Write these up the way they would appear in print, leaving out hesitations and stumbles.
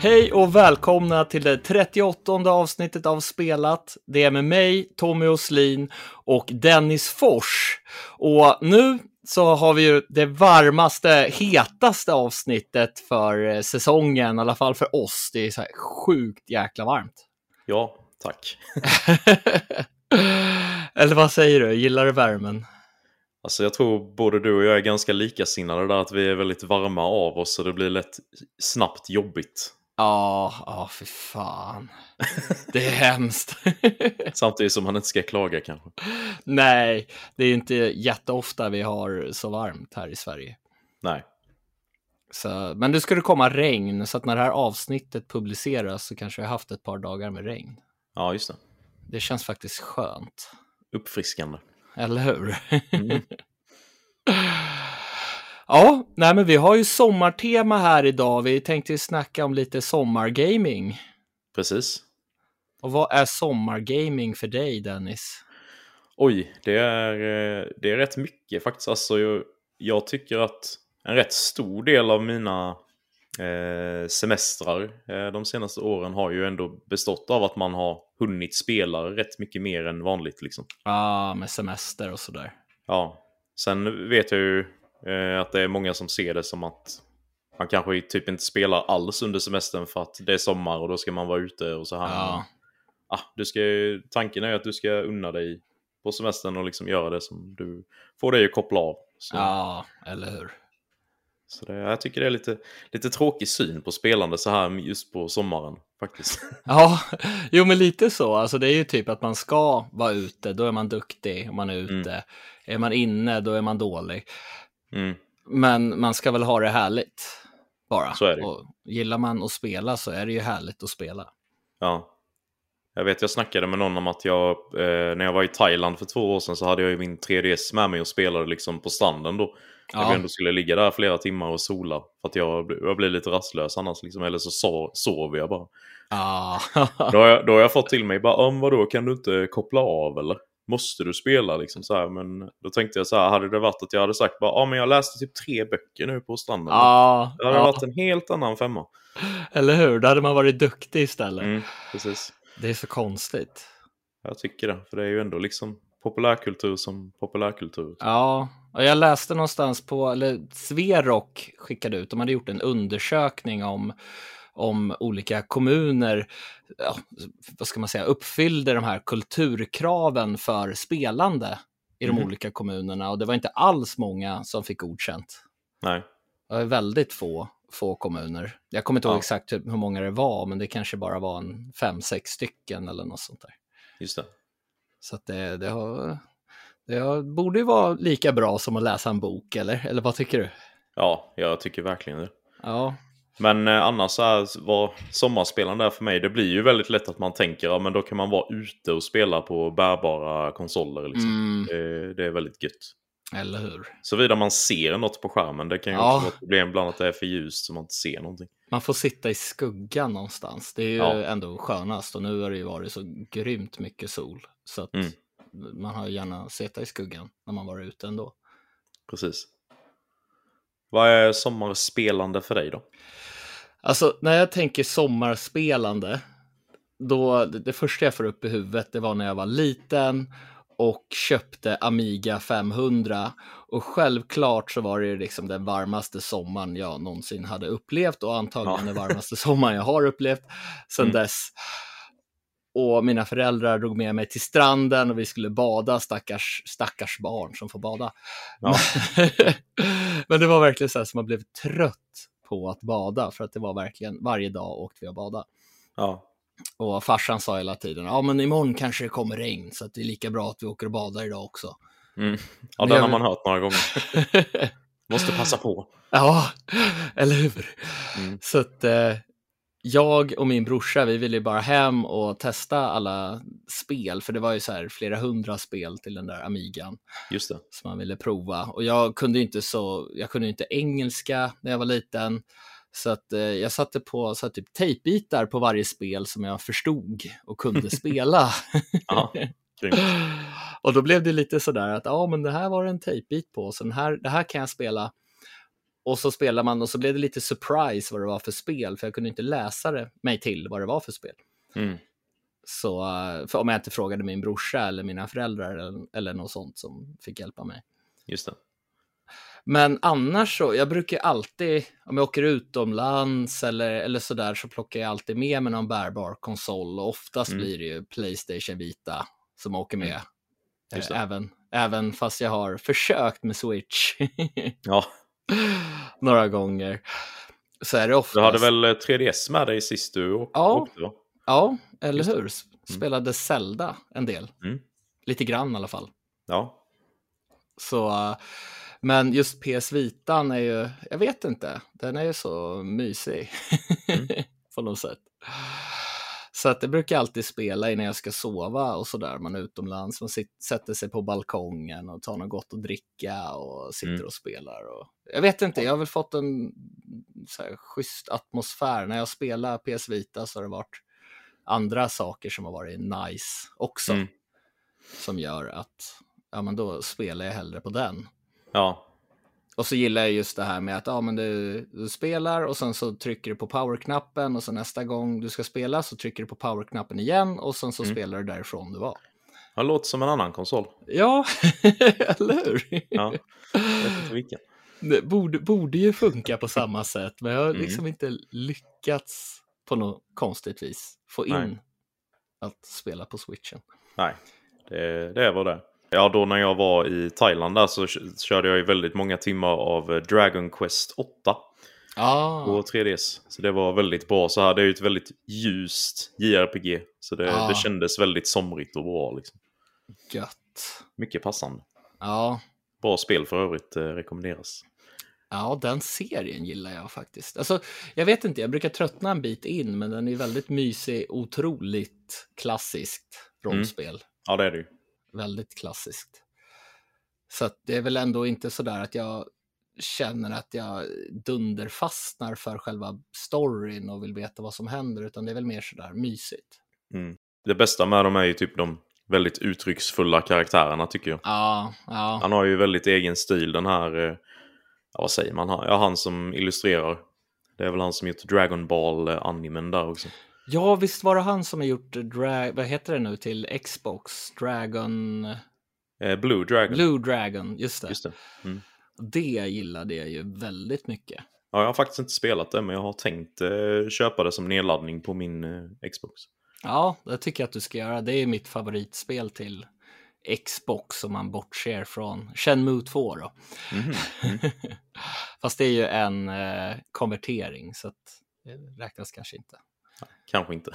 Hej och välkomna till det 38:e avsnittet av Spelat. Det är med mig, Tommy Åslin och Dennis Fors. Och nu så har vi ju det varmaste, hetaste avsnittet för säsongen, i alla fall för oss. Det är så här sjukt jäkla varmt. Ja, tack. Eller vad säger du? Gillar du värmen? Alltså jag tror både du och jag är ganska likasinnade där, att vi är väldigt varma av oss så det blir lätt snabbt jobbigt. Ja, för fan. Det är hemskt. Samtidigt som man inte ska klaga kanske. Nej, det är inte jätteofta vi har så varmt här i Sverige. Nej. Så, men det skulle komma regn, så att när det här avsnittet publiceras så kanske vi har haft ett par dagar med regn. Ja, just det. Det känns faktiskt skönt. Uppfriskande. Eller hur? Mm. Ja, nej men vi har ju sommartema här idag. Vi tänkte snacka om lite sommargaming. Precis. Och vad är sommargaming för dig, Dennis? Oj, det är rätt mycket faktiskt. Alltså jag tycker att en rätt stor del av mina semestrar de senaste åren har ju ändå bestått av att man har hunnit spela rätt mycket mer än vanligt liksom. Ja, med semester och sådär. Ja, sen vet jag ju att det är många som ser det som att man kanske typ inte spelar alls under semestern för att det är sommar och då ska man vara ute och så här. Ja. Tanken är att du ska unna dig på semestern och liksom göra det som du får dig att koppla av. Så. Ja, eller hur? Så jag tycker det är lite tråkig syn på spelande så här just på sommaren faktiskt. Ja, jo men lite så. Alltså det är ju typ att man ska vara ute, då är man duktig om man är ute. Är man inne, då är man dålig. Men man ska väl ha det härligt bara. Så är det. Och gillar man att spela så är det ju härligt att spela. Ja. Jag snackade med någon om att när jag var i Thailand för 2 år sedan så hade jag ju min 3DS med mig och spelade liksom på stranden då. Ja. Jag ändå skulle ligga där flera timmar och sola. För att jag blir lite rastlös annars liksom. Eller så sover jag bara. Ja. Då har jag fått till mig bara, vadå, kan du inte koppla av eller? Måste du spela liksom så här? Men då tänkte jag så här, hade det varit att jag hade sagt bara, men jag läste typ 3 böcker nu på stranden. Ja. Det hade varit en helt annan femma. Eller hur? Då hade man varit duktig istället. Precis. Det är så konstigt. Jag tycker det, för det är ju ändå liksom populärkultur som populärkultur. Ja, och jag läste någonstans Sverok skickade ut, de hade gjort en undersökning om olika kommuner, vad ska man säga, uppfyllde de här kulturkraven för spelande i de olika kommunerna, och det var inte alls många som fick godkänt. Nej. Det var väldigt få kommuner. Jag kommer inte ihåg exakt hur många det var, men det kanske bara var 5-6 stycken eller något sånt där. Just det. Så att det borde ju vara lika bra som att läsa en bok, eller vad tycker du? Ja, jag tycker verkligen det. Ja. Men annars var sommarspelande där för mig, det blir ju väldigt lätt att man tänker, men då kan man vara ute och spela på bärbara konsoler liksom. Det är väldigt gött. Eller hur? Såvida man ser något på skärmen, det kan ju också vara ett problem ibland att det är för ljust så man inte ser någonting. Man får sitta i skuggan någonstans, det är ju ändå skönast, och nu har det ju varit så grymt mycket sol, så att man har gärna sitta i skuggan när man var ute ändå. Precis. Vad är sommarspelande för dig då? Alltså, när jag tänker sommarspelande, då det första jag får upp i huvudet, det var när jag var liten och köpte Amiga 500. Och självklart så var det liksom den varmaste sommaren jag någonsin hade upplevt, och antagligen den varmaste sommaren jag har upplevt sedan dess. Och mina föräldrar drog med mig till stranden och vi skulle bada, stackars barn som får bada. Ja. Men det var verkligen så här som man blev trött på att bada, för att det var verkligen varje dag åkte vi att bada. Ja. Och farsan sa hela tiden, men imorgon kanske det kommer regn, så att det är lika bra att vi åker och badar idag också. Ja, den har man hört några gånger. Måste passa på. Ja, eller hur? Så att jag och min brorsa, vi ville ju bara hem och testa alla spel, för det var ju så här flera 100 spel till den där Amigan. Just det. Som man ville prova. Och jag kunde inte engelska när jag var liten, så att jag satte på så här, typ tejpbitar på varje spel som jag förstod och kunde spela. Ja, och då blev det lite sådär att men det här var en tejpbit på, så det här kan jag spela. Och så spelar man och så blev det lite surprise vad det var för spel. För jag kunde inte läsa mig till vad det var för spel. Så för om jag inte frågade min brorsa eller mina föräldrar eller något sånt som fick hjälpa mig. Just det. Men annars så, jag brukar alltid, om jag åker utomlands eller sådär, så plockar jag alltid med mig någon bärbar konsol. Och oftast blir det ju PlayStation Vita som åker med. Även fast jag har försökt med Switch. Ja. Några gånger. Så är det oftast... Du hade väl 3DS med dig sist du åkte då? Ja, eller hur? Spelade Zelda en del. Lite grann i alla fall. Ja. Så, men just PS Vitan är ju, jag vet inte, den är ju så mysig på något sätt. Så att det brukar jag alltid spela innan jag ska sova och sådär. Man är utomlands, man sätter sig på balkongen och tar något gott att dricka och sitter och spelar. Och, jag vet inte, jag har väl fått en så här schysst atmosfär. När jag spelar PS Vita så har det varit andra saker som har varit nice också. Som gör att, ja men då spelar jag hellre på den. Ja. Och så gillar jag just det här med att ja, men du spelar och sen så trycker du på powerknappen och så nästa gång du ska spela så trycker du på powerknappen igen och sen så spelar du därifrån du var. Det låter som en annan konsol. Ja, eller hur? Ja, jag vet inte vilken. Det borde ju funka på samma sätt, men jag har liksom inte lyckats på något konstigt vis få in att spela på Switchen. Nej, det var det. Ja, då när jag var i Thailand där så körde jag ju väldigt många timmar av Dragon Quest 8 på 3DS. Så det var väldigt bra. Så här, det är ju ett väldigt ljust JRPG. Så det kändes väldigt somrigt och bra liksom. Gött. Mycket passande. Ja. Bra spel för övrigt, rekommenderas. Ja, den serien gillar jag faktiskt. Alltså, jag vet inte, jag brukar tröttna en bit in, men den är väldigt mysig, otroligt klassiskt rollspel. Ja, det är det ju. Väldigt klassiskt. Så att det är väl ändå inte sådär att jag känner att jag dunderfastnar för själva storyn och vill veta vad som händer, utan det är väl mer sådär mysigt. Det bästa med dem är ju typ de väldigt uttrycksfulla karaktärerna tycker jag. Ja. Han har ju väldigt egen stil, den här, vad säger man? Ja, han som illustrerar. Det är väl han som gjort Dragon Ball-animen där också. Ja, visst var det han som har gjort vad heter det nu till Xbox? Blue Dragon. Blue Dragon, just det. Just det. Det gillade jag ju väldigt mycket. Ja, jag har faktiskt inte spelat det, men jag har tänkt köpa det som nedladdning på min Xbox. Ja, det tycker jag att du ska göra. Det är mitt favoritspel till Xbox om man bortser från Shenmue 2 då. Fast det är ju en konvertering så att det räknas kanske inte. Kanske inte.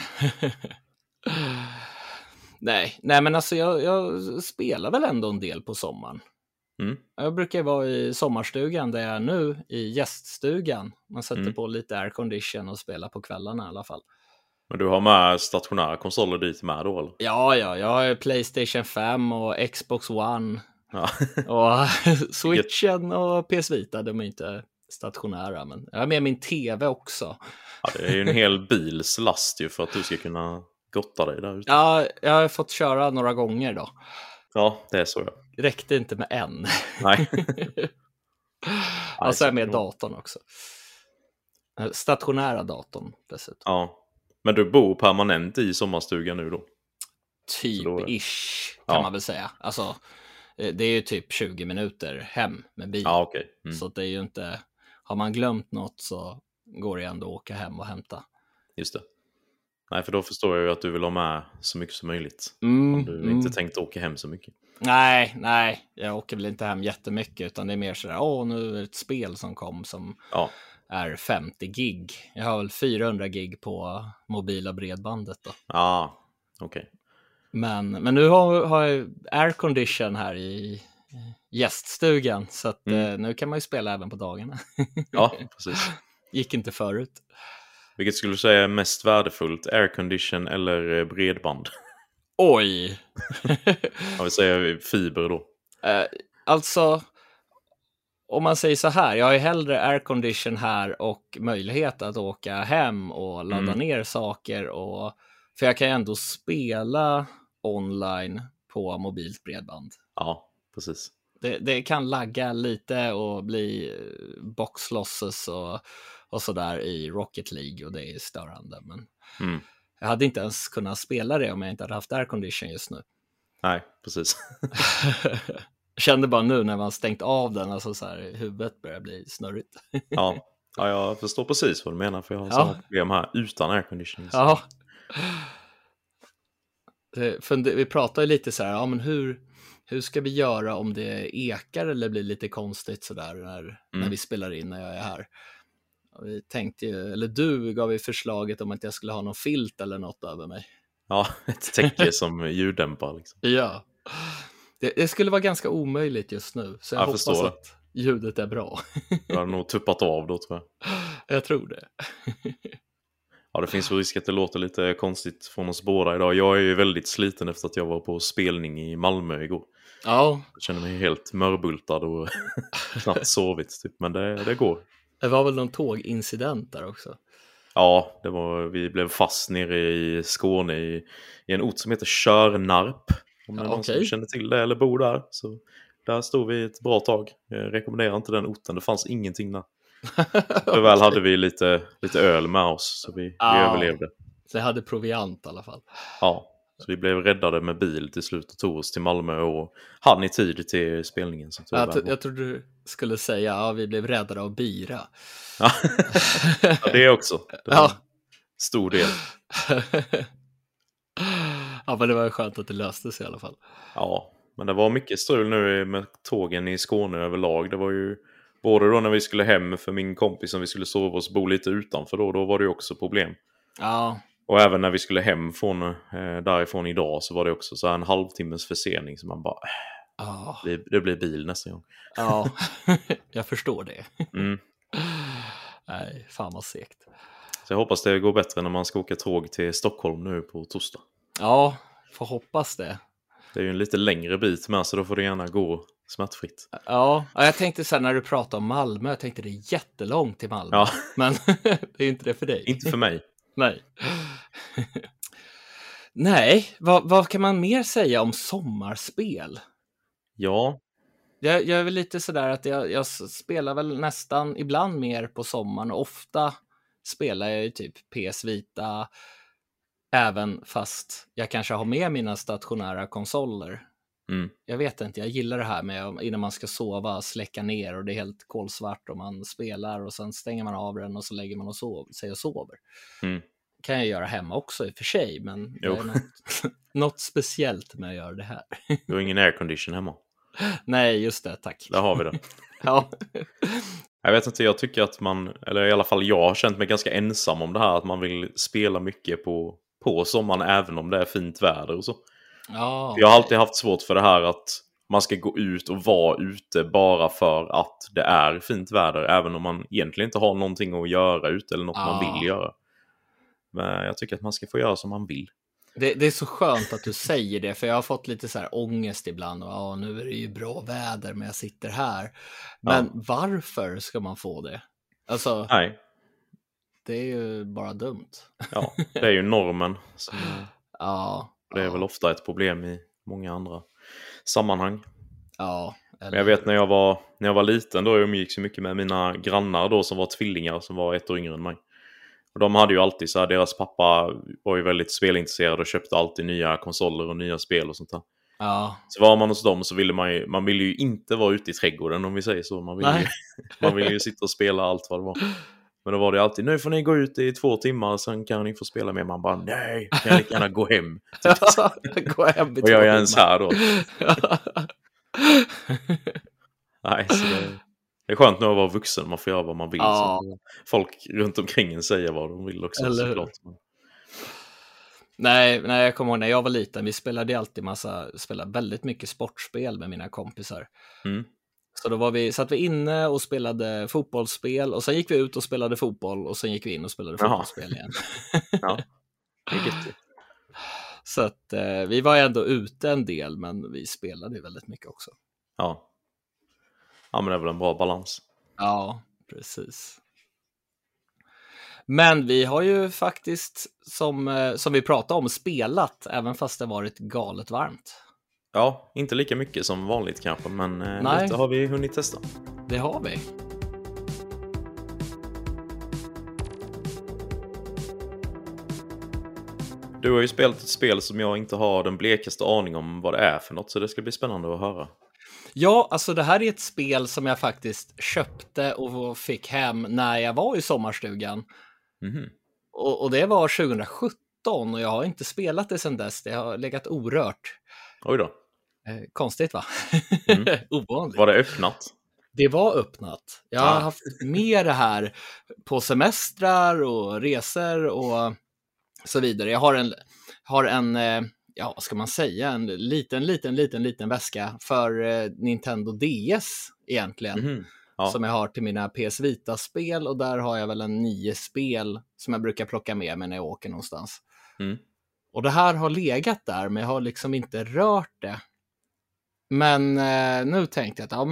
Nej, men alltså jag spelar väl ändå en del på sommaren. Jag brukar vara i sommarstugan där jag är nu, i gäststugan. Man sätter på lite aircondition och spelar på kvällarna i alla fall. Men du har med stationära konsoler dit med då eller? Ja, jag har PlayStation 5 och Xbox One. Och Switchen och PS Vita, de är inte stationära, men jag har med min TV också. Ja, det är ju en hel bils last ju för att du ska kunna gotta dig där ute. Ja, jag har fått köra några gånger då. Ja, det är så. Ja. Räckte inte med en. Nej. Och så är jag med datorn också. Stationära datorn dessutom. Ja. Men du bor permanent i sommarstugan nu då? Typ-ish kan man väl säga. Alltså, det är ju typ 20 minuter hem med bil. Ja, okej. Så det är ju inte... Har man glömt något så går det ändå att åka hem och hämta. Just det. Nej, för då förstår jag ju att du vill ha med så mycket som möjligt. Om du inte tänkt åka hem så mycket. Nej. Jag åker väl inte hem jättemycket. Utan det är mer sådär, nu är det ett spel som kom som är 50 gig. Jag har väl 400 gig på mobila bredbandet då. Ja, okej. Men nu har jag aircondition här i gäststugan. Så att nu kan man ju spela även på dagarna. Ja, precis. Gick inte förut. Vilket skulle du säga är mest värdefullt? Aircondition eller bredband? Oj! Jag vill säga fiber då. Alltså, om man säger så här. Jag har ju hellre aircondition här och möjlighet att åka hem och ladda ner saker. För jag kan ju ändå spela online på mobilt bredband. Ja, precis. Det kan lagga lite och bli box losses och sådär i Rocket League, och det är störande. Men jag hade inte ens kunnat spela det om jag inte hade haft aircondition just nu. Nej, precis. Jag kände bara nu när man stängt av den, alltså så här, huvudet börjar bli snurrigt. Ja, jag förstår precis vad du menar, för jag har samma problem här utan aircondition. Ja. Vi pratar ju lite så här, ja men hur ska vi göra om det ekar eller blir lite konstigt sådär när vi spelar in när jag är här. Och vi tänkte ju, eller du gav ju förslaget om att jag skulle ha någon filt eller något över mig. Ja, ett täcke som ljuddämpar liksom. Ja, det skulle vara ganska omöjligt just nu, så jag hoppas att ljudet är bra. Jag har nog tuppat av då, tror jag. Jag tror det. Ja, det finns väl risk att det låter lite konstigt från oss båda idag. Jag är ju väldigt sliten efter att jag var på spelning i Malmö igår. Ja. Jag känner mig helt mörbultad och knappt sovit typ, men det går. Det var väl någon tågincident där också? Ja, vi blev fast nere i Skåne i en ort som heter Körnarp. Om det är någon som känner till det eller bor där. Så där stod vi ett bra tag. Jag rekommenderar inte den orten, det fanns ingenting där. Så väl hade vi lite öl med oss, så vi överlevde. Så jag hade proviant i alla fall. Ja, så vi blev räddade med bil till slut och tog oss till Malmö och hade i tid till spelningen. Så jag trodde du skulle säga vi blev räddade av bira. Ja, det också. Det var en stor del. Ja, men det var skönt att det löste sig i alla fall. Ja, men det var mycket strul nu med tågen i Skåne överlag. Det var ju både då när vi skulle hem för min kompis som vi skulle sova och bo lite utanför då var det ju också problem. Ja. Och även när vi skulle hem från därifrån idag så var det också så här en halvtimmes försening, så man bara det blir bil nästa gång. Ja, jag förstår det. Nej, fan vad segt. Så jag hoppas det går bättre när man ska åka tåg till Stockholm nu på torsdag. Ja, får hoppas det. Det är ju en lite längre bit med, så då får det gärna gå smärtfritt. Ja, jag tänkte så här, när du pratade om Malmö, jag tänkte det är jättelångt till Malmö. Ja. Men det är inte det för dig. Inte för mig. Nej. Nej, vad kan man mer säga om sommarspel? Ja. Jag är väl lite sådär att jag spelar väl nästan ibland mer på sommaren, och ofta spelar jag ju typ PS Vita, även fast jag kanske har med mina stationära konsoler. Jag vet inte, jag gillar det här med innan man ska sova, släcka ner och det är helt kolsvart och man spelar och sen stänger man av den och så lägger man sig och sover. Kan jag göra hemma också i och för sig, men det är något speciellt med att göra det här. Du har ingen aircondition hemma? Nej, just det, tack. Där har vi det. Ja. Jag vet inte, jag tycker att eller i alla fall jag har känt mig ganska ensam om det här, att man vill spela mycket på sommaren även om det är fint väder och så. Ja, jag har alltid haft svårt för det här att man ska gå ut och vara ute bara för att det är fint väder, även om man egentligen inte har någonting att göra ute eller något man vill göra. Men jag tycker att man ska få göra som man vill. Det är så skönt att du säger det, för jag har fått lite så här ångest ibland. Och nu är det ju bra väder, men jag sitter här. Men varför ska man få det? Alltså, nej. Det är ju bara dumt. Ja, det är ju normen. Det är väl ofta ett problem i många andra sammanhang. Ja. Men jag vet när jag var liten då, jag umgicks så mycket med mina grannar då som var tvillingar som var 1 år yngre än mig. Och de hade ju alltid så här, deras pappa var ju väldigt spelintresserad och köpte alltid nya konsoler och nya spel och sånt där. Ja. Så var man hos dem så ville man ville ju inte vara ute i trädgården, om vi säger så. Man ville ju sitta och spela allt vad det var. Men då var det alltid, nu får ni gå ut i 2 timmar, sen kan ni få spela med. Man bara, nej, kan jag gärna gå hem. Gå hem och jag är ens här då. Nej, så det är skönt nu att vara vuxen, man får göra vad man vill. Så folk runt omkring en säger vad de vill också, såklart. Nej, jag kommer ihåg när jag var liten, vi spelade väldigt mycket sportspel med mina kompisar. Så då satt vi inne och spelade fotbollsspel, och sen gick vi ut och spelade fotboll, och sen gick vi in och spelade fotbollsspel igen. Ja, det är gött. Så att vi var ändå ute en del, men vi spelade ju väldigt mycket också. Ja, men det är väl en bra balans. Ja, precis. Men vi har ju faktiskt, som vi pratade om, spelat, även fast det varit galet varmt. Ja, inte lika mycket som vanligt kanske, men lite har vi hunnit testa. Det har vi. Du har ju spelat ett spel som jag inte har den blekaste aning om vad det är för något, så det ska bli spännande att höra. Ja, alltså det här är ett spel som jag faktiskt köpte och fick hem när jag var i sommarstugan. Mm-hmm. Och det var 2017 och jag har inte spelat det sedan dess. Det har legat orört. Oj då. Konstigt va? Ovanligt. Var det öppnat? Det var öppnat. Jag har haft med det här på semestrar och resor och så vidare. Jag har en ja, vad ska man säga, en liten väska för Nintendo DS egentligen. Mm-hmm. Ja. Som jag har till mina PS Vita-spel, och där har jag väl 9 spel som jag brukar plocka med mig när jag åker någonstans. Mm. Och det här har legat där, men jag har liksom inte rört det. Men nu tänkte jag att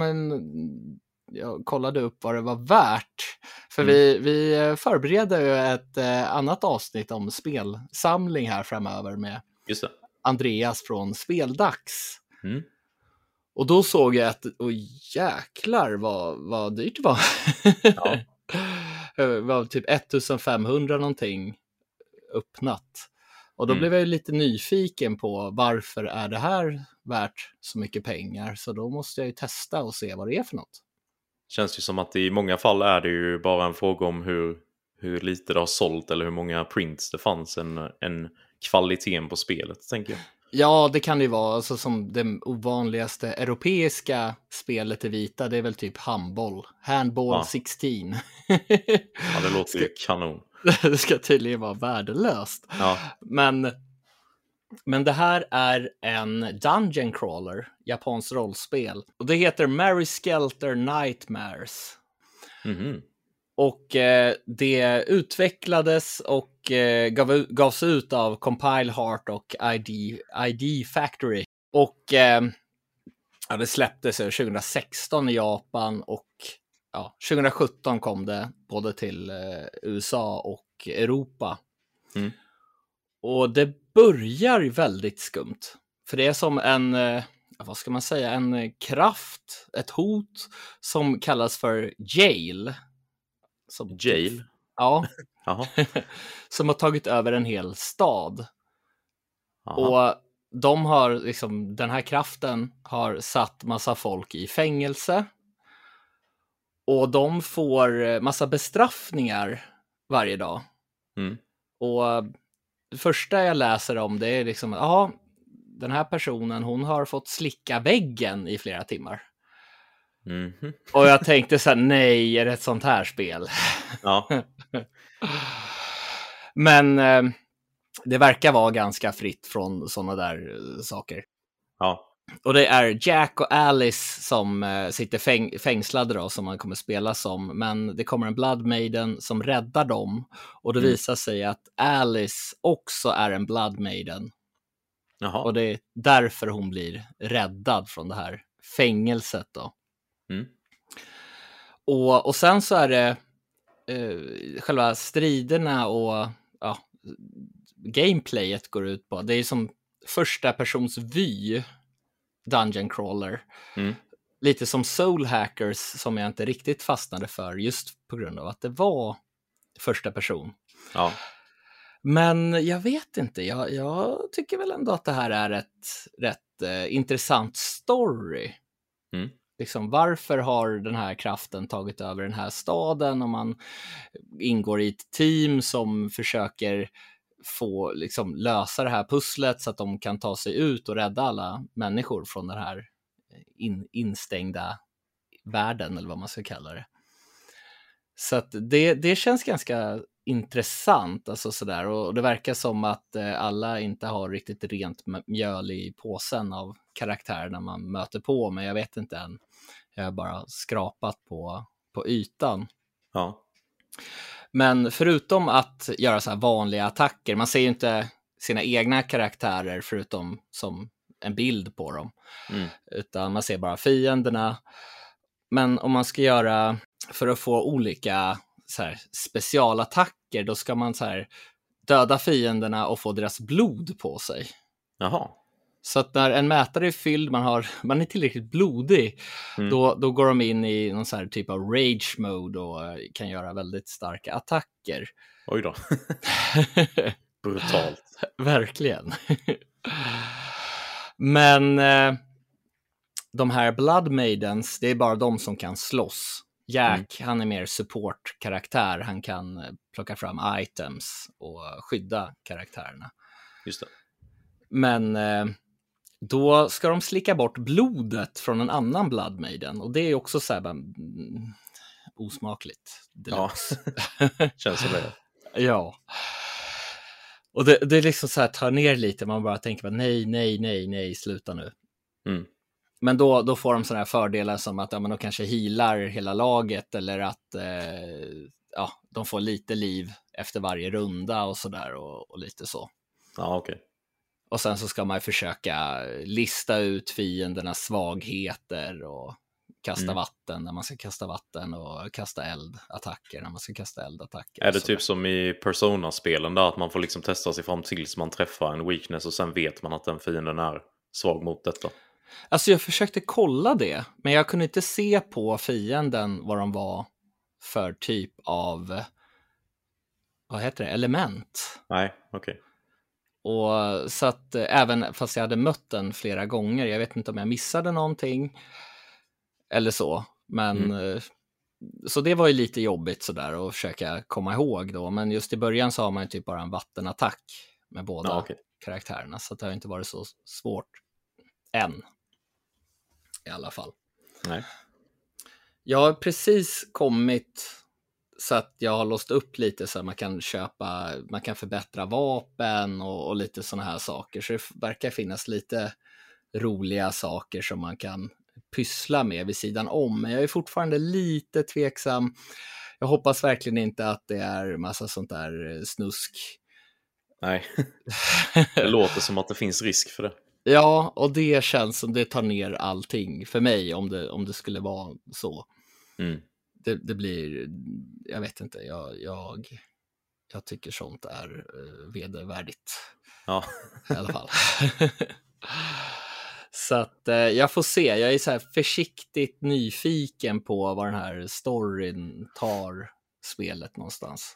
jag kollade upp vad det var värt. För vi förbereder ju ett annat avsnitt om spelsamling här framöver med Andreas från Speldags. Mm. Och då såg jag att, jäklar vad dyrt det var. Ja. Det var typ 1500 någonting öppnat. Och då blev jag lite nyfiken på varför är det här värt så mycket pengar. Så då måste jag ju testa och se vad det är för något. Känns ju som att i många fall är det ju bara en fråga om hur lite det har sålt eller hur många prints det fanns en kvaliteten på spelet, tänker jag. Ja, det kan det ju vara. Alltså, som det ovanligaste europeiska spelet i vita, det är väl typ handball 16. Ja, det låter ju kanon. Det ska tydligen vara värdelöst. Ja. Men det här är en dungeon crawler, japans rollspel. Och det heter Mary Skelter Nightmares. Mm-hmm. Och det utvecklades och gavs ut av Compile Heart och ID Factory. Och det släpptes 2016 i Japan och 2017 kom det både till USA och Europa. Mm. Och det börjar väldigt skumt. För det är som en, vad ska man säga, en kraft, ett hot som kallas för Jail. Jail? Ja. Som har tagit över en hel stad. Och de har liksom, den här kraften har satt massa folk i fängelse. Och de får massa bestraffningar varje dag. Mm. Och det första jag läser om det är liksom, den här personen, hon har fått slicka väggen i flera timmar. Mm-hmm. Och jag tänkte så här, nej, är det ett sånt här spel? Ja. Men det verkar vara ganska fritt från såna där saker. Ja. Och det är Jack och Alice som sitter fängslade då, som man kommer spela som. Men det kommer en Blood Maiden som räddar dem. Och det visar sig att Alice också är en Blood Maiden. Jaha. Och det är därför hon blir räddad från det här fängelset då. Mm. Och sen så är det själva striderna och gameplayet går ut på. Det är som första persons vy dungeon crawler. Mm. Lite som Soul Hackers som jag inte riktigt fastnade för just på grund av att det var första person. Ja. Men jag vet inte, jag tycker väl ändå att det här är ett rätt intressant story. Mm. Liksom, varför har den här kraften tagit över den här staden, och man ingår i ett team som försöker få liksom lösa det här pusslet så att de kan ta sig ut och rädda alla människor från den här instängda världen, eller vad man ska kalla det. Så att det känns ganska intressant, alltså sådär, och det verkar som att alla inte har riktigt rent mjöl i påsen av karaktärerna man möter på, men jag vet inte än. Jag har bara skrapat på ytan. Ja. Men förutom att göra så här vanliga attacker, man ser ju inte sina egna karaktärer förutom som en bild på dem. Utan man ser bara fienderna. Men om man ska göra, för att få olika så här specialattacker, då ska man så här döda fienderna och få deras blod på sig. Jaha. Så att när en mätare är fylld, man är tillräckligt blodig, då går de in i någon så här typ av rage mode och kan göra väldigt starka attacker. Oj då. Brutalt. Verkligen. Men de här Blood Maidens, det är bara de som kan slåss. Jack, han är mer support-karaktär. Han kan plocka fram items och skydda karaktärerna. Just det. Men då ska de slicka bort blodet från en annan Blood Maiden. Och det är också så här osmakligt. Ja, känns som det. Ja. Och det är liksom så här, tar ner lite. Man bara tänker nej, sluta nu. Men då får de sådana här fördelar som att de kanske healar hela laget, eller att de får lite liv efter varje runda och sådär och lite så. Ja, okej. Och sen så ska man försöka lista ut fiendernas svagheter och kasta vatten när man ska kasta vatten och kasta eldattacker när man ska kasta eldattacker. Är det typ som i Persona-spelen där att man får liksom testa sig fram tills man träffar en weakness och sen vet man att den fienden är svag mot detta? Alltså jag försökte kolla det, men jag kunde inte se på fienden vad de var för typ av, vad heter det, element. Nej, okej. Och så att även fast jag hade mött den flera gånger, jag vet inte om jag missade någonting eller så, men så det var ju lite jobbigt sådär att försöka komma ihåg då, men just i början så har man ju typ bara en vattenattack med båda karaktärerna, så det har inte varit så svårt än i alla fall. Nej. Jag har precis kommit så att jag har låst upp lite så att man kan förbättra vapen och lite såna här saker. Så det verkar finnas lite roliga saker som man kan pyssla med vid sidan om. Men jag är fortfarande lite tveksam. Jag hoppas verkligen inte att det är massa sånt där snusk. Nej, det låter som att det finns risk för det. Ja, och det känns som det tar ner allting för mig om det skulle vara så. Det blir, jag vet inte, jag tycker sånt är vedervärdigt. Ja. I alla fall. Så att jag får se, jag är så här försiktigt nyfiken på vad den här storyn tar spelet någonstans.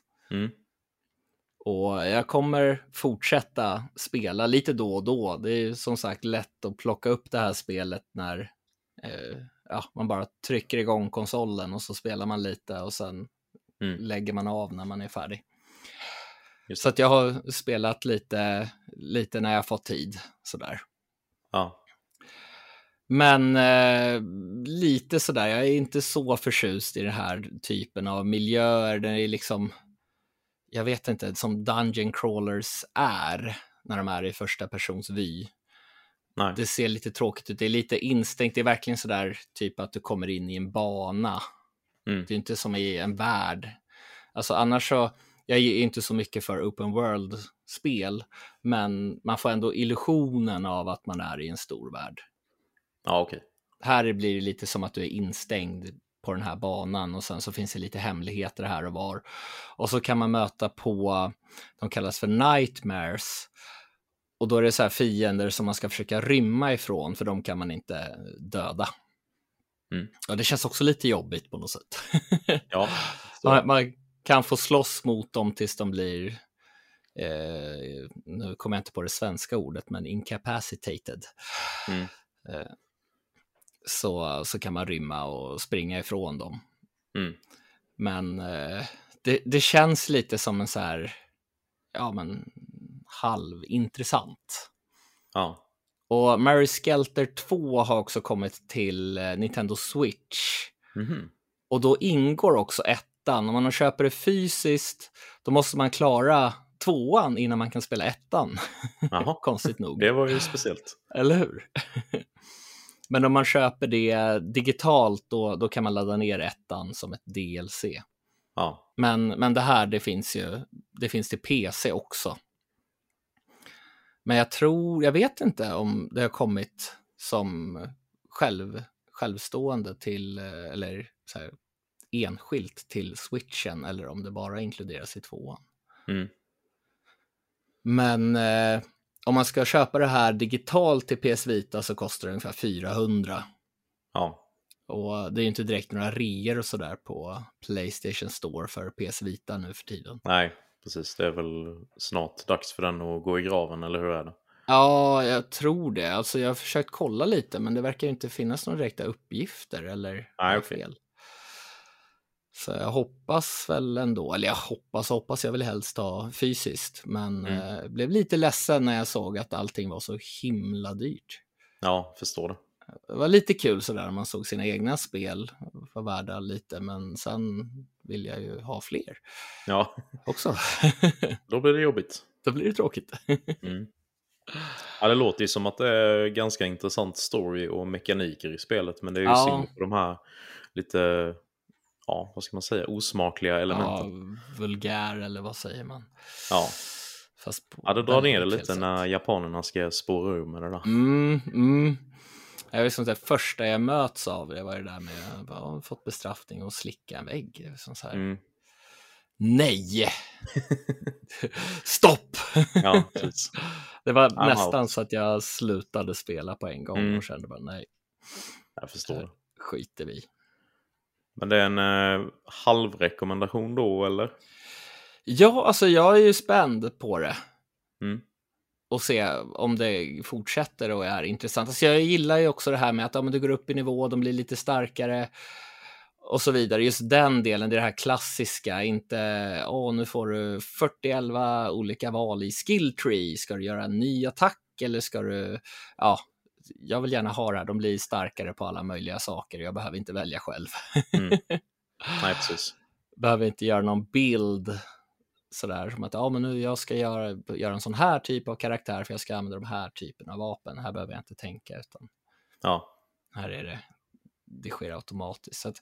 Och jag kommer fortsätta spela lite då och då. Det är som sagt lätt att plocka upp det här spelet när man bara trycker igång konsolen och så spelar man lite och sen lägger man av när man är färdig. Så att jag har spelat lite när jag fått tid sådär. Ja. Men lite sådär, jag är inte så förtjust i den här typen av miljöer. Den är liksom, jag vet inte, som dungeon crawlers är när de är i första persons vy. Nej. Det ser lite tråkigt ut, det är lite instängt, det är verkligen sådär typ att du kommer in i en bana. Det är inte som i en värld. Alltså annars så, jag är inte så mycket för open world-spel, men man får ändå illusionen av att man är i en stor värld. Ja, okej. Här blir det lite som att du är instängd på den här banan och sen så finns det lite hemligheter här och var. Och så kan man möta på, de kallas för nightmares. Och då är det så här fiender som man ska försöka rymma ifrån, för de kan man inte döda. Och det känns också lite jobbigt på något sätt. Ja. Man kan få slåss mot dem tills de blir, nu kommer jag inte på det svenska ordet, men incapacitated. Så kan man rymma och springa ifrån dem. Men det känns lite som en så här, halvintressant. Ja. Och Mary Skelter 2 har också kommit till Nintendo Switch. Och då ingår också ettan. Om man köper det fysiskt, då måste man klara 2:an innan man kan spela ettan. Konstigt nog. Det var ju speciellt. Eller hur? Men om man köper det digitalt, då kan man ladda ner ettan som ett DLC. Ja. Men det här, det finns till PC också. Men jag vet inte om det har kommit som självstående till, eller så här, enskilt till Switchen, eller om det bara inkluderas i 2:an. Men om man ska köpa det här digitalt till PS Vita så kostar det ungefär 400. Ja. Och det är ju inte direkt några reor och sådär på PlayStation Store för PS Vita nu för tiden. Nej, precis. Det är väl snart dags för den att gå i graven, eller hur är det? Ja, jag tror det. Alltså jag har försökt kolla lite, men det verkar inte finnas några direkta uppgifter eller fel. Så jag hoppas väl ändå, eller jag hoppas jag vill helst ha fysiskt, men blev lite ledsen när jag såg att allting var så himla dyrt. Ja, förstår det. Det var lite kul sådär när man såg sina egna spel var värda lite, men sen vill jag ju ha fler. Ja. Också. Då blir det jobbigt. Då blir det tråkigt. Ja, det låter ju som att det är ganska intressant story och mekaniker i spelet, men det är ju synd på de här lite, vad ska man säga, osmakliga elementen. Ja, vulgär eller vad säger man? Ja. Fast det drar ner det lite när japanerna ska spåra ur med det där. Jag vet som det första jag möts av, det var det där med att jag har fått bestraffning och slicka en vägg. Som så här. Nej! Stopp! Ja, precis. Det var nästan så att jag slutade spela på en gång och kände bara nej. Jag förstår. Skiter vi. Men det är en halvrekommendation då, eller? Ja, alltså jag är ju spänd på det. Och se om det fortsätter och är intressant. Alltså jag gillar ju också det här med att du går upp i nivå, de blir lite starkare och så vidare. Just den delen, det är det här klassiska, inte nu får du 41 olika val i skill tree. Ska du göra en ny attack eller ska du, jag vill gärna ha det här. De blir starkare på alla möjliga saker. Jag behöver inte välja själv. Nej, precis. Behöver inte göra någon bild sådär som att men nu jag ska göra en sån här typ av karaktär för jag ska använda de här typen av vapen. Här behöver jag inte tänka, utan här är det sker automatiskt. Så att,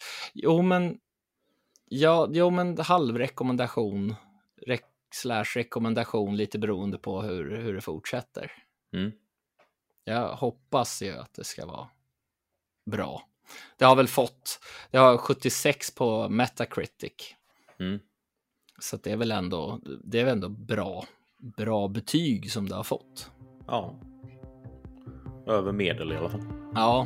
men halvrekommendation rekommendation lite beroende på hur det fortsätter. Jag hoppas ju att det ska vara bra. Det har 76 på Metacritic. Så det är väl ändå bra betyg som det har fått. Ja. Över medel i alla fall. Ja.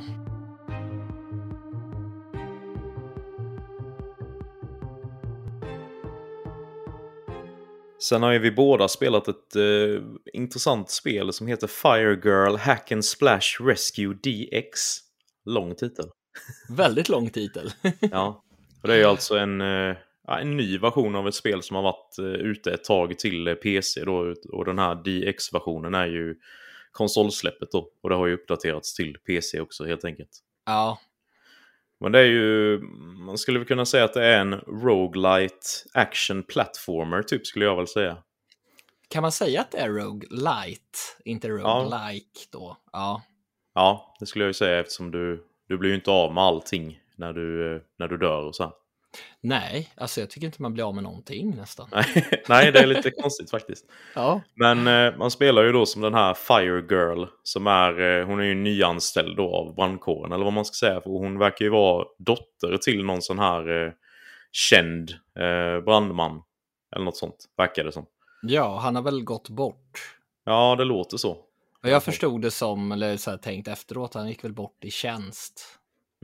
Sen har ju vi båda spelat ett intressant spel som heter Fire Girl Hack and Splash Rescue DX. Lång titel. Väldigt lång titel. Ja. Och det är ju alltså en ny version av ett spel som har varit ute ett tag till PC då, och den här DX-versionen är ju konsolsläppet då, och det har ju uppdaterats till PC också helt enkelt. Ja. Men det är ju, man skulle väl kunna säga att det är en roguelite action platformer typ, skulle jag väl säga. Kan man säga att det är roguelite, inte roguelike då? Ja, det skulle jag ju säga, eftersom du blir ju inte av med allting när du dör och så här. Nej, alltså jag tycker inte man blir av med någonting nästan. Nej, det är lite konstigt faktiskt. Ja. Men man spelar ju då som den här Fire Girl som hon är ju nyanställd då av brandkåren, eller vad man ska säga. För hon verkar ju vara dotter till någon sån här känd brandman. Eller något sånt, verkar det som. Ja, han har väl gått bort. Ja, det låter så. Och jag förstod det som, eller så här tänkt efteråt, han gick väl bort i tjänst.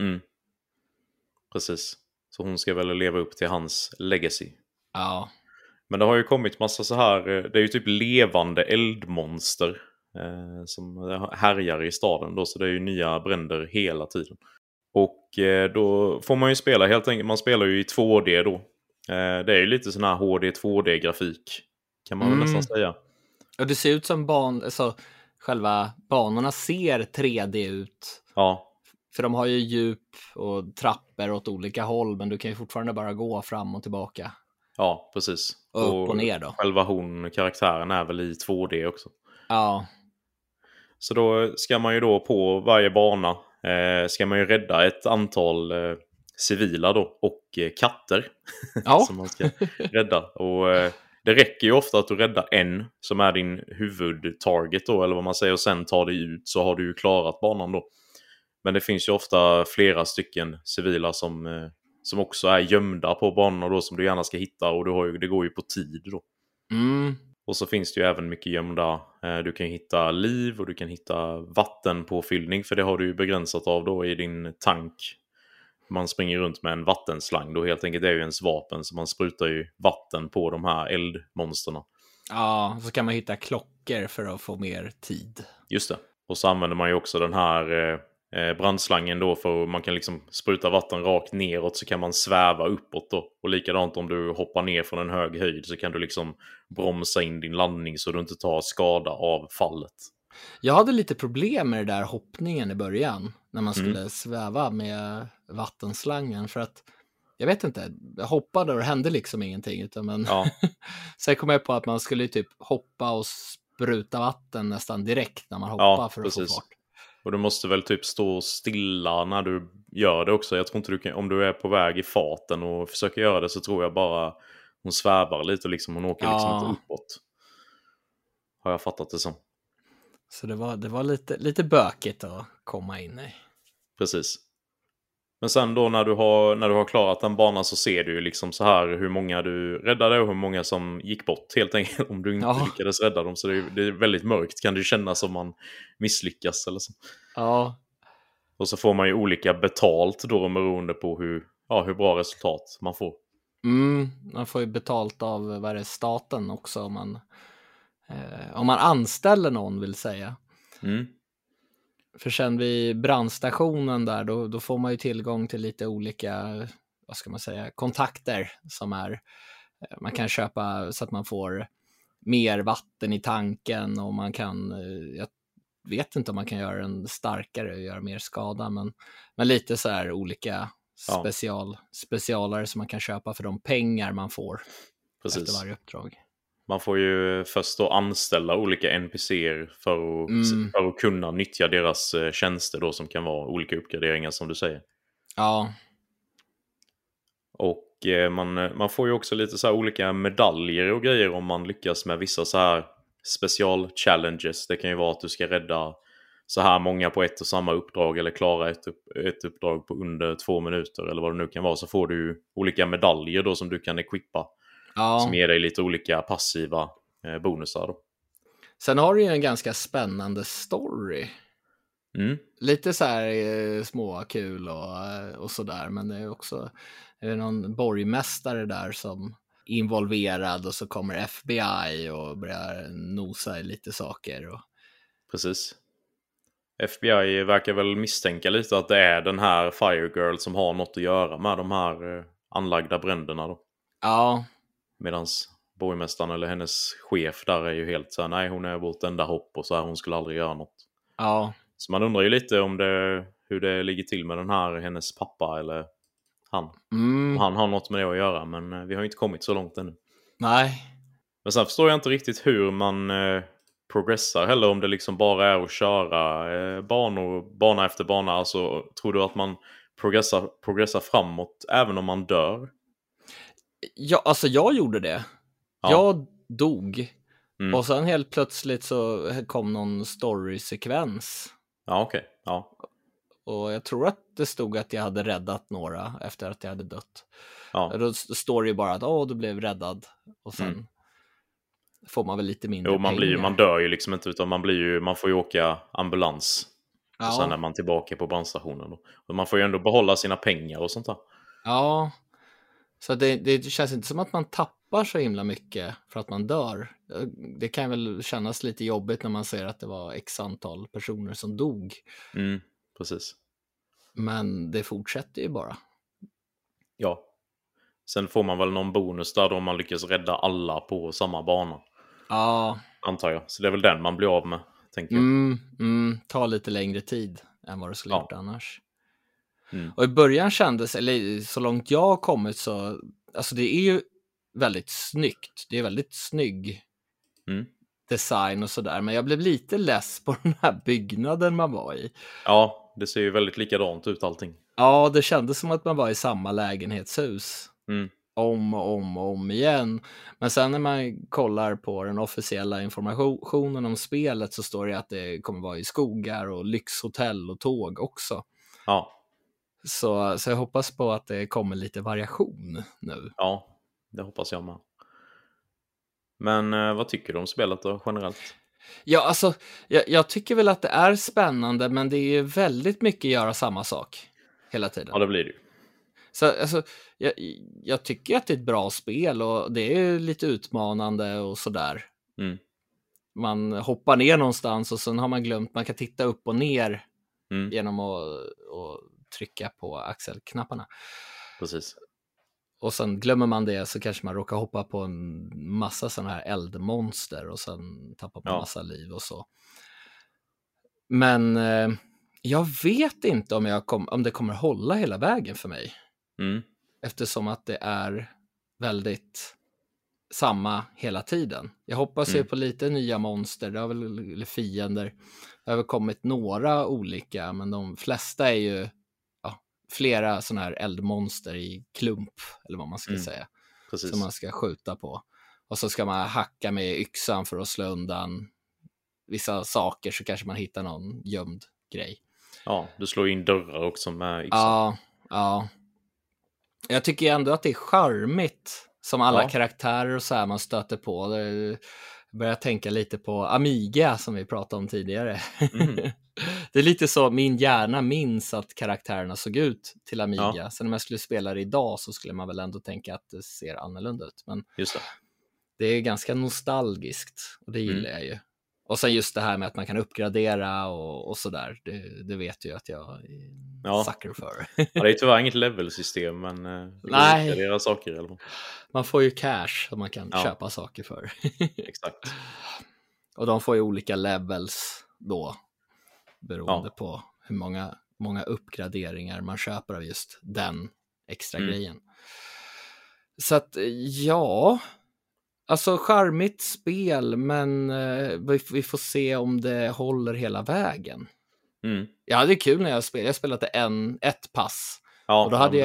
Precis. Så hon ska väl leva upp till hans legacy. Ja. Men det har ju kommit massa så här, det är ju typ levande eldmonster som härjar i staden då, så det är ju nya bränder hela tiden. Och då får man ju spela helt enkelt, man spelar ju i 2D då. Det är ju lite sån här HD 2D-grafik, kan man väl nästan säga. Och det ser ut som alltså själva banorna ser 3D ut. Ja. För de har ju djup och trappor åt olika håll, men du kan ju fortfarande bara gå fram och tillbaka. Ja, precis. Och upp och ner då. Själva karaktären är väl i 2D också. Ja. Så då ska man ju då på varje bana ska man ju rädda ett antal civila då och katter som man ska rädda. Och det räcker ju ofta att du räddar en som är din huvudtarget då, eller vad man säger, och sen tar dig ut, så har du ju klarat banan då. Men det finns ju ofta flera stycken civila som också är gömda på banorna då, som du gärna ska hitta, och det går ju på tid då. Och så finns det ju även mycket gömda, du kan hitta liv och du kan hitta vattenpåfyllning, för det har du ju begränsat av då i din tank. Man springer runt med en vattenslang då helt enkelt, det är ju ens vapen, så man sprutar ju vatten på de här eldmonsterna. Ja, så kan man hitta klockor för att få mer tid. Just det. Och så använder man ju också den här brandslangen då, för man kan liksom spruta vatten rakt neråt, så kan man sväva uppåt då. Och likadant om du hoppar ner från en hög höjd så kan du liksom bromsa in din landning så du inte tar skada av fallet. Jag hade lite problem med det där hoppningen i början när man skulle sväva med vattenslangen, för att jag vet inte, jag hoppade och det hände liksom ingenting, utan men sen kom jag på att man skulle typ hoppa och spruta vatten nästan direkt när man hoppar för att få fart. Och du måste väl typ stå stilla när du gör det också. Jag tror inte du kan, om du är på väg i farten och försöker göra det, så tror jag bara hon svävar lite och liksom, hon åker liksom inte uppåt. Har jag fattat det som. Så det var lite bökigt att komma in i. Precis. Men sen då när du har klarat den banan, så ser du ju liksom så här hur många du räddade och hur många som gick bort helt enkelt, om du inte lyckades rädda dem. Så det är väldigt mörkt, kan det kännas som man misslyckas eller så. Ja. Och så får man ju olika betalt då beroende på hur bra resultat man får. Man får ju betalt av staten också om man anställer någon, vill säga. För sen vid brandstationen där, då får man ju tillgång till lite olika, vad ska man säga, kontakter som man kan köpa så att man får mer vatten i tanken, och man kan, jag vet inte om man kan göra den starkare och göra mer skada, men lite så här olika specialare som man kan köpa för de pengar man får. Precis. Efter varje uppdrag. Man får ju först då anställa olika NPCer för att kunna nyttja deras tjänster då, som kan vara olika uppgraderingar som du säger. Ja. Och man får ju också lite så här olika medaljer och grejer om man lyckas med vissa så här special challenges. Det kan ju vara att du ska rädda så här många på ett och samma uppdrag, eller klara ett uppdrag på under 2 minuter, eller vad det nu kan vara. Så får du olika medaljer då som du kan equippa. Som ger dig lite olika passiva bonusar då. Sen har du ju en ganska spännande story. Lite så här små kul och sådär. Men det är också någon borgmästare där som är involverad, och så kommer FBI och börjar nosa i lite saker. Precis. FBI verkar väl misstänka lite att det är den här Fire Girl som har något att göra med de här anlagda bränderna då. Ja. Medans borgmästaren eller hennes chef där är ju helt så här, nej, hon är vårt enda hopp och så här, hon skulle aldrig göra något. Ja. Så man undrar ju lite om hur det ligger till med den här, hennes pappa eller han. Han har något med det att göra, men vi har ju inte kommit så långt ännu. Nej. Men sen förstår jag inte riktigt hur man progressar heller, om det liksom bara är att köra bana efter bana. Alltså, tror du att man progressar framåt även om man dör? Ja, alltså jag gjorde det. Ja. Jag dog. Och sen helt plötsligt så kom någon story-sekvens. Ja, okej. Ja. Och jag tror att det stod att jag hade räddat några efter att jag hade dött. Ja. Då står det ju bara att du blev räddad. Och sen får man väl lite mindre pengar. Man dör ju liksom inte, utan man får ju åka ambulans. Ja. Och sen är man tillbaka på brandstationen då. Och man får ju ändå behålla sina pengar och sånt där. Ja. Så det känns inte som att man tappar så himla mycket för att man dör. Det kan väl kännas lite jobbigt när man ser att det var x antal personer som dog. Precis. Men det fortsätter ju bara. Ja. Sen får man väl någon bonus där då om man lyckas rädda alla på samma bana. Ja. Antar jag. Så det är väl den man blir av med, tänker jag. Ta lite längre tid än vad det skulle gjort annars. Och i början kändes, eller så långt jag har kommit, så alltså det är ju väldigt snyggt. Det är väldigt snygg design och sådär. Men jag blev lite less på den här byggnaden man var i. Ja, det ser ju väldigt likadant ut allting. Ja, det kändes som att man var i samma lägenhetshus. Om och om igen. Men sen när man kollar på den officiella informationen om spelet, så står det att det kommer vara i skogar och lyxhotell och tåg också. Ja. Så jag hoppas på att det kommer lite variation nu. Ja, det hoppas jag med. Men vad tycker du om spelet då, generellt? Ja, alltså, jag tycker väl att det är spännande, men det är ju väldigt mycket göra samma sak hela tiden. Ja, det blir det ju. Så alltså, jag tycker att det är ett bra spel och det är lite utmanande och sådär. Mm. Man hoppar ner någonstans och sen har man glömt, man kan titta upp och ner genom att trycka på axelknapparna. Precis. Och sen glömmer man det, så kanske man råkar hoppa på en massa sådana här eldmonster och sen tappar på massa liv och så. Men jag vet inte om det kommer hålla hela vägen för mig. Eftersom att det är väldigt samma hela tiden. Jag hoppas ju på lite nya monster, eller fiender. Det har väl kommit några olika, men de flesta är ju flera sådana här eldmonster i klump, eller vad man ska säga. Precis. Som man ska skjuta på. Och så ska man hacka med yxan för att slå undan vissa saker, så kanske man hittar någon gömd grej. Ja, du slår in dörrar också med yxan. Ja. Jag tycker ändå att det är charmigt som alla karaktärer och så här man stöter på. Jag börjar tänka lite på Amiga som vi pratade om tidigare. Det är lite så min hjärna minns att karaktärerna såg ut till Amiga. Ja. Sen om jag skulle spela det idag så skulle man väl ändå tänka att det ser annorlunda ut. Men just det är ganska nostalgiskt och det gillar jag ju. Och sen just det här med att man kan uppgradera och sådär. Det vet ju att jag är sucker för. Ja, det är tyvärr inget level-system, men nej, uppgradera saker i alla fall. Man får ju cash som man kan köpa saker för. Exakt. Och de får ju olika levels då, beroende på hur många uppgraderingar man köper av just den extra grejen. Så att alltså charmigt spel, men vi får se om det håller hela vägen. Jag hade kul när jag spelade. Jag spelade ett pass. Ja, och då hade jag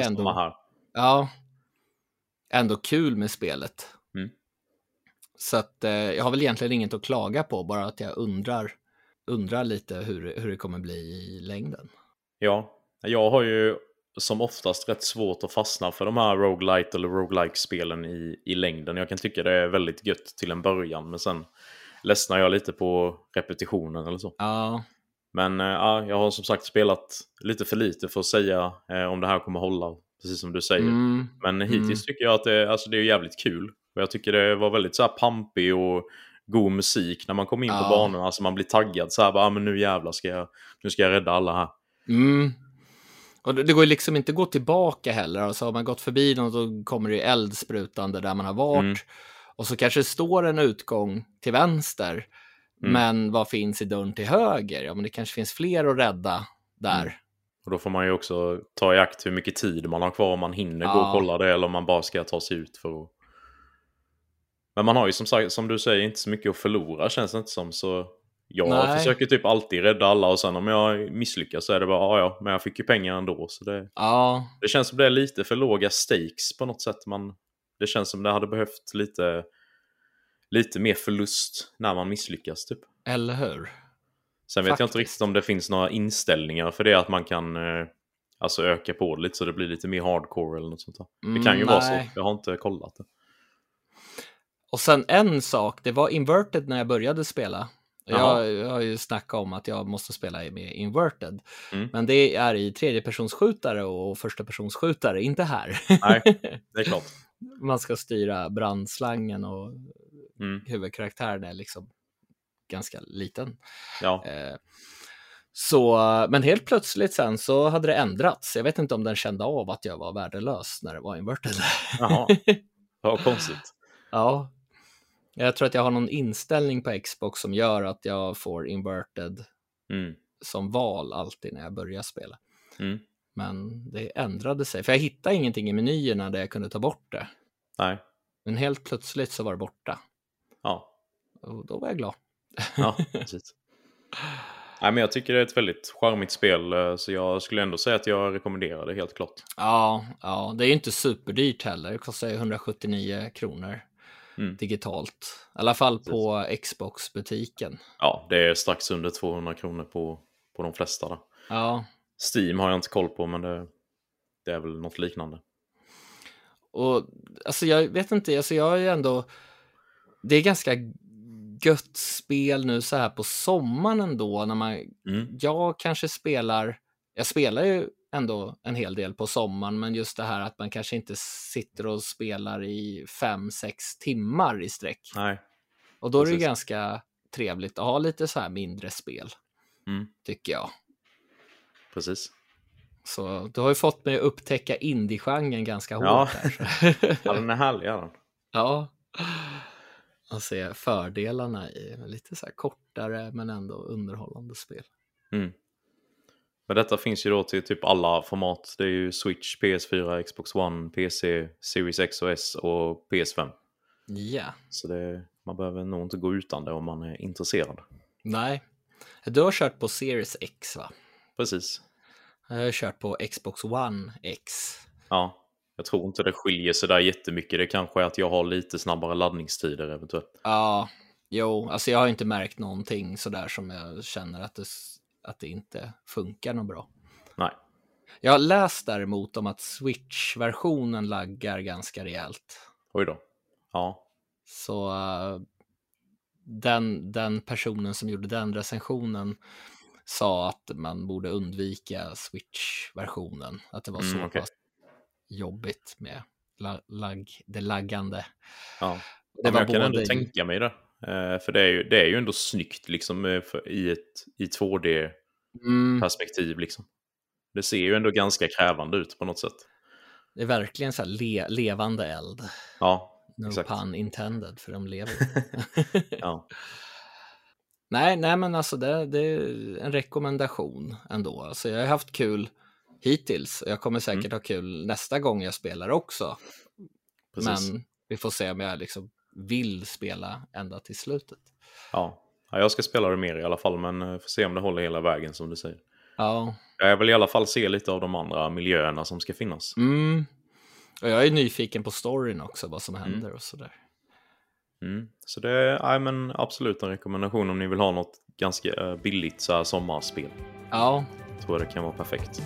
ändå kul med spelet. Så att jag har väl egentligen inget att klaga på, bara att jag undrar lite hur det kommer bli i längden. Ja, jag har ju som oftast rätt svårt att fastna för de här roguelite eller roguelike-spelen i längden. Jag kan tycka det är väldigt gött till en början, men sen ledsnar jag lite på repetitionen eller så. Ja. Men jag har som sagt spelat lite för lite för att säga om det här kommer hålla, precis som du säger. Men hittills tycker jag att det är jävligt kul. Och jag tycker det var väldigt så här pampig och god musik när man kom in på banorna. Alltså man blir taggad så här, men nu jävlar nu ska jag rädda alla här. Och det går ju liksom inte att gå tillbaka heller. Alltså har man gått förbi något, då kommer det eldsprutande där man har varit. Och så kanske det står en utgång till vänster. Men vad finns i dörren till höger? Ja, men det kanske finns fler att rädda där. Och då får man ju också ta i akt hur mycket tid man har kvar, om man hinner gå och kolla det, eller om man bara ska ta sig ut för att... Men man har ju som du säger inte så mycket att förlora, känns det inte som. Så jag försöker typ alltid rädda alla, och sen om jag misslyckas så är det bara men jag fick ju pengar ändå. Så det känns som det är lite för låga stakes på något sätt. Det känns som det hade behövt lite mer förlust när man misslyckas typ. Eller hur? Sen vet jag inte riktigt om det finns några inställningar för det, att man kan alltså öka på det lite så det blir lite mer hardcore eller något sånt där. Det kan ju vara så, jag har inte kollat det. Och sen en sak, det var inverted när jag började spela. Jag har ju snackat om att jag måste spela med inverted. Men det är i tredjepersonsskjutare och förstapersonsskjutare, inte här. Nej, det är klart. Man ska styra brandslangen och huvudkaraktären är liksom ganska liten. Ja. Men helt plötsligt sen så hade det ändrats. Jag vet inte om den kände av att jag var värdelös när det var inverted. Jaha, vad konstigt. Ja. Jag tror att jag har någon inställning på Xbox som gör att jag får inverted som val alltid när jag börjar spela. Men det ändrade sig. För jag hittade ingenting i menyerna där jag kunde ta bort det. Nej. Men helt plötsligt så var det borta. Ja. Och då var jag glad. Ja, precis. Nej, men jag tycker det är ett väldigt charmigt spel. Så jag skulle ändå säga att jag rekommenderar det helt klart. Ja, det är ju inte superdyrt heller. Det kostar 179 kronor. Digitalt. I alla fall på Xbox-butiken. Ja, det är strax under 200 kronor på de flesta där. Ja. Steam har jag inte koll på, men det är väl något liknande. Och alltså jag vet inte, alltså jag är ju ändå det är ganska gött spel nu så här på sommaren ändå. När man, jag kanske jag spelar ju ändå en hel del på sommaren, men just det här att man kanske inte sitter och spelar i 5-6 timmar i sträck. Nej. Och då är det ganska trevligt att ha lite så här mindre spel, tycker jag. Precis. Så du har ju fått mig att upptäcka indie-genren ganska hårt. Ja, ja den är härlig. Ja. Och se fördelarna i lite så här kortare men ändå underhållande spel. Men detta finns ju då till typ alla format. Det är ju Switch, PS4, Xbox One, PC, Series X och S och PS5. Ja. Så man behöver nog inte gå utan det om man är intresserad. Nej. Du har kört på Series X, va? Precis. Jag har kört på Xbox One X. Ja, jag tror inte det skiljer sig där jättemycket. Det kanske är att jag har lite snabbare laddningstider eventuellt. Ja, jo, alltså jag har inte märkt någonting sådär som jag känner att det inte funkar något bra. Nej. Jag har läst däremot om att Switch-versionen laggar ganska rejält. Oj då. Ja. Så den personen som gjorde den recensionen sa att man borde undvika Switch-versionen. Att det var så pass jobbigt med det laggande. Ja, men jag kan ändå tänka mig det. För det är ju ändå snyggt liksom, i 2D-perspektiv. Liksom. Det ser ju ändå ganska krävande ut på något sätt. Det är verkligen så här levande eld. Ja, no exakt. pun intended, för de lever. Ja. Nej, men alltså det är en rekommendation ändå. Alltså jag har haft kul hittills och jag kommer säkert ha kul nästa gång jag spelar också. Precis. Men vi får se om jag liksom vill spela ända till slutet. Ja, jag ska spela det mer i alla fall, men får se om det håller hela vägen som du säger. Ja. Jag vill i alla fall se lite av de andra miljöerna som ska finnas. Och jag är nyfiken på storyn också, vad som händer och sådär. Så det är men absolut en rekommendation om ni vill ha något ganska billigt så här sommarspel. Ja. Jag tror det kan vara perfekt.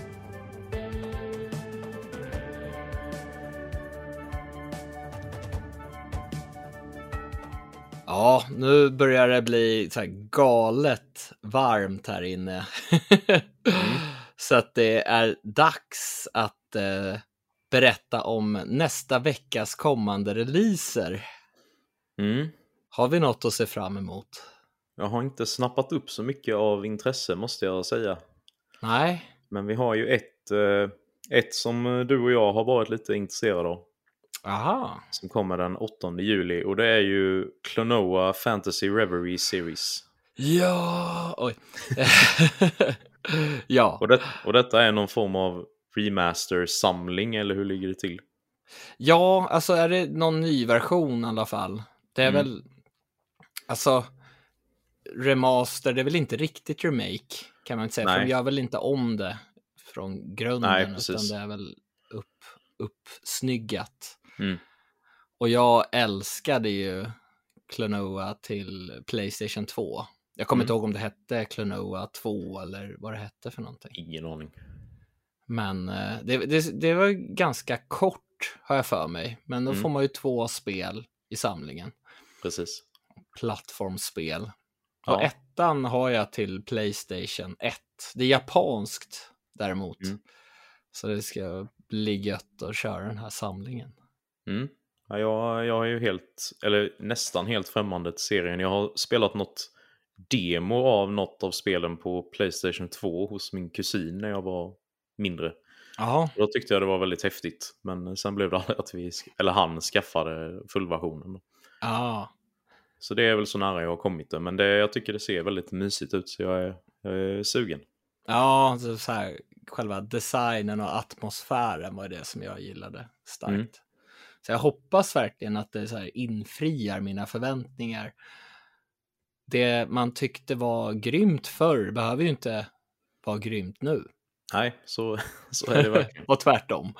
Ja, nu börjar det bli så här galet varmt här inne. Så att det är dags att berätta om nästa veckas kommande releaser. Har vi något att se fram emot? Jag har inte snappat upp så mycket av intresse, måste jag säga. Nej. Men vi har ju ett som du och jag har varit lite intresserade av. Aha. Som kommer den 8 juli. Och det är ju Klonoa Fantasy Reverie Series. Ja, oj. Ja. Och detta är någon form av remaster-samling, eller hur ligger det till? Ja, alltså är det någon ny version i alla fall. Det är väl, alltså, remaster, det är väl inte riktigt remake, kan man inte säga. Nej. För de gör väl inte om det från grunden. Nej, utan precis. det är väl uppsnyggat. Och jag älskade ju Klonoa till PlayStation 2. Jag kommer inte ihåg om det hette Klonoa 2 eller vad det hette för någonting. Ingen aning. Men det var ganska kort, har jag för mig. Men då får man ju 2 spel i samlingen. Precis. Plattformsspel. Ja. Och ettan har jag till PlayStation 1. Det är japanskt däremot. Så det ska bli gött att köra den här samlingen. Ja, jag är ju nästan helt främmande till serien. Jag har spelat något demo av något av spelen på PlayStation 2 hos min kusin när jag var mindre. Ja. Då tyckte jag det var väldigt häftigt. Men sen blev det att han skaffade fullversionen. Ja. Så det är väl så nära jag har kommit det. Men jag tycker det ser väldigt mysigt ut, så jag är sugen. Ja, så här, själva designen och atmosfären var det som jag gillade starkt. Så jag hoppas verkligen att det så här infriar mina förväntningar. Det man tyckte var grymt förr behöver ju inte vara grymt nu. Nej, så är det verkligen. Och tvärtom.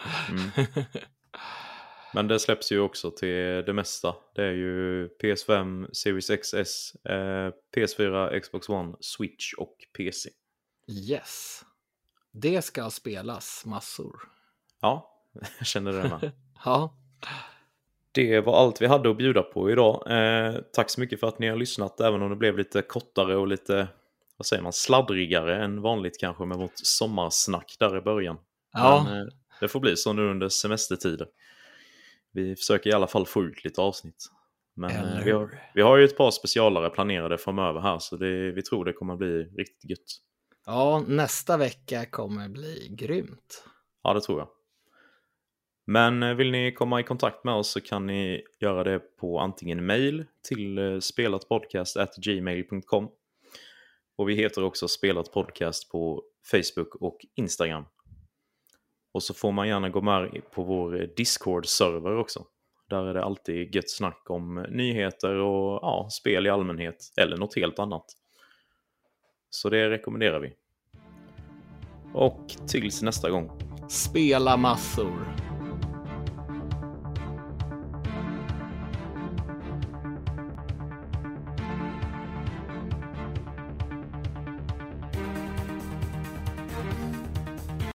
Men det släpps ju också till det mesta. Det är ju PS5, Series XS, PS4, Xbox One, Switch och PC. Yes. Det ska spelas massor. Ja, jag känner det med. Ja. Det var allt vi hade att bjuda på idag. Tack så mycket för att ni har lyssnat, även om det blev lite kortare och lite, vad säger man, sladdrigare än vanligt kanske med vårt sommarsnack där i början. Ja. Men det får bli så nu under semestertider. Vi försöker i alla fall få ut lite avsnitt. Men vi har ju ett par specialare planerade framöver här, så vi tror det kommer bli riktigt gött. Ja, nästa vecka kommer bli grymt. Ja, det tror jag. Men vill ni komma i kontakt med oss så kan ni göra det på antingen mail till spelatpodcast@gmail.com. Och vi heter också Spelat Podcast på Facebook och Instagram. Och så får man gärna gå med på vår Discord-server också. Där är det alltid gött snack om nyheter och spel i allmänhet eller något helt annat. Så det rekommenderar vi. Och tills nästa gång. Spela massor.